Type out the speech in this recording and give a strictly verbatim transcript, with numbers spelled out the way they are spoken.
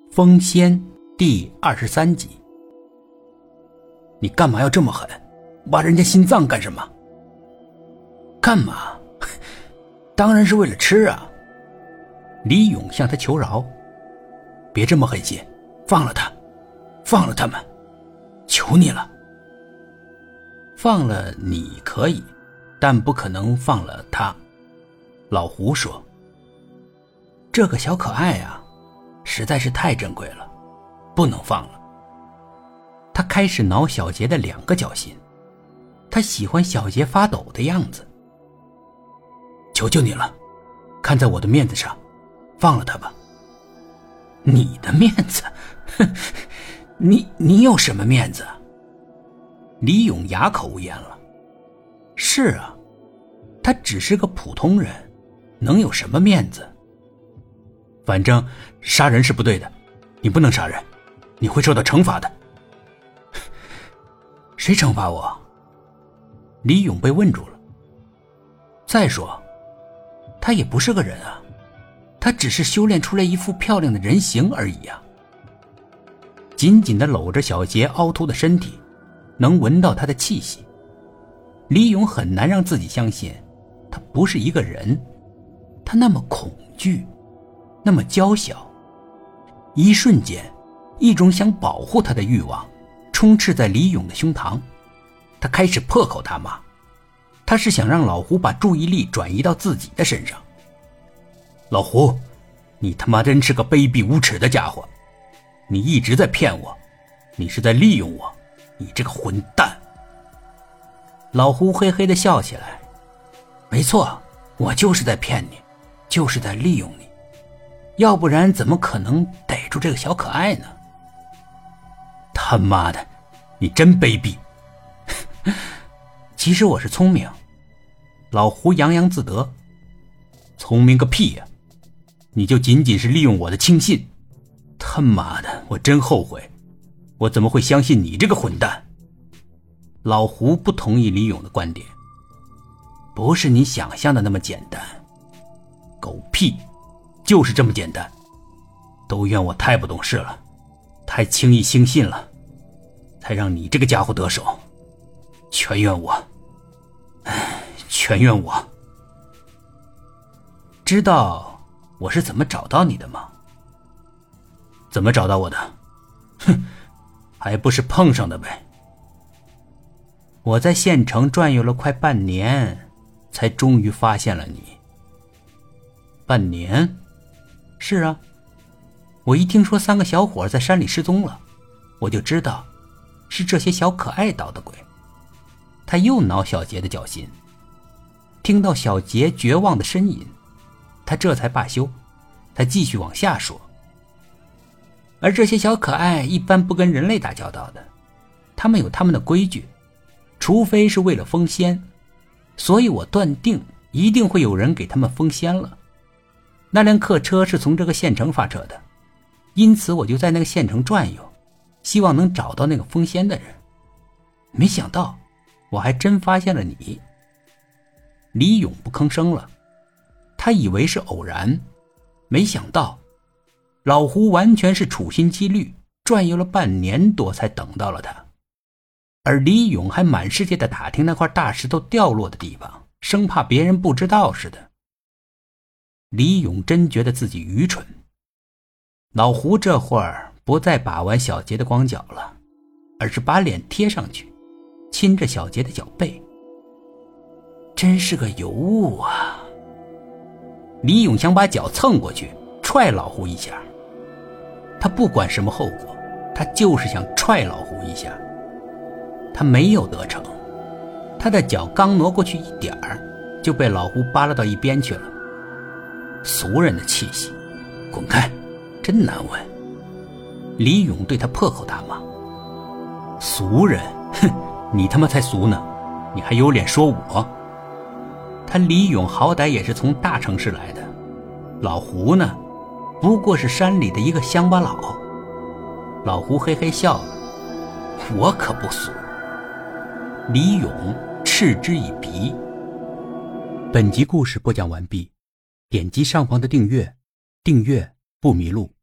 风仙第二十三集。你干嘛要这么狠？挖人家心脏干什么？干嘛？当然是为了吃啊！李勇向他求饶，别这么狠心，放了他，放了他们，求你了。放了你可以，但不可能放了他。老胡说，这个小可爱啊，实在是太珍贵了，不能放了。他开始挠小杰的两个脚心，他喜欢小杰发抖的样子。求求你了，看在我的面子上，放了他吧。你的面子？哼，你你有什么面子？李勇哑口无言了。是啊，他只是个普通人，能有什么面子？反正杀人是不对的，你不能杀人，你会受到惩罚的。谁惩罚我？李勇被问住了。再说，他也不是个人啊，他只是修炼出来一副漂亮的人形而已啊。紧紧地搂着小杰凹凸的身体，能闻到他的气息。李勇很难让自己相信，他不是一个人，他那么恐惧，那么娇小。一瞬间，一种想保护他的欲望充斥在李勇的胸膛，他开始破口大骂，他是想让老胡把注意力转移到自己的身上。老胡，你他妈真是个卑鄙无耻的家伙，你一直在骗我，你是在利用我，你这个混蛋。老胡嘿嘿地笑起来，没错，我就是在骗你，就是在利用你，要不然怎么可能逮住这个小可爱呢？他妈的，你真卑鄙。其实我是聪明。老胡洋洋自得。聪明个屁呀、啊、你就仅仅是利用我的轻信。他妈的，我真后悔，我怎么会相信你这个混蛋。老胡不同意李勇的观点，不是你想象的那么简单。狗屁，就是这么简单。都怨我太不懂事了，太轻易轻信了，才让你这个家伙得手。全怨我，唉，全怨我。知道我是怎么找到你的吗？怎么找到我的？哼，还不是碰上的呗。我在县城转悠了快半年，才终于发现了你。半年？是啊，我一听说三个小伙在山里失踪了，我就知道是这些小可爱捣的鬼。他又挠小杰的脚心，听到小杰绝望的呻吟，他这才罢休。他继续往下说，而这些小可爱一般不跟人类打交道的，他们有他们的规矩，除非是为了封仙，所以我断定一定会有人给他们封仙了。那辆客车是从这个县城发车的，因此我就在那个县城转悠，希望能找到那个封仙的人。没想到我还真发现了你。李勇不吭声了，他以为是偶然，没想到老胡完全是处心积虑，转悠了半年多才等到了他。而李勇还满世界的打听那块大石头掉落的地方，生怕别人不知道似的。李勇真觉得自己愚蠢。老胡这会儿不再把玩小杰的光脚了，而是把脸贴上去，亲着小杰的脚背。真是个尤物啊。李勇想把脚蹭过去踹老胡一下，他不管什么后果，他就是想踹老胡一下。他没有得逞，他的脚刚挪过去一点儿，就被老胡扒拉到一边去了。俗人的气息，滚开，真难闻。李勇对他破口大骂。俗人？哼，你他妈才俗呢，你还有脸说我？他李勇好歹也是从大城市来的，老胡呢，不过是山里的一个乡巴佬。老胡嘿嘿笑了，我可不俗。李勇嗤之以鼻。本集故事播讲完毕，点击上方的订阅，订阅不迷路。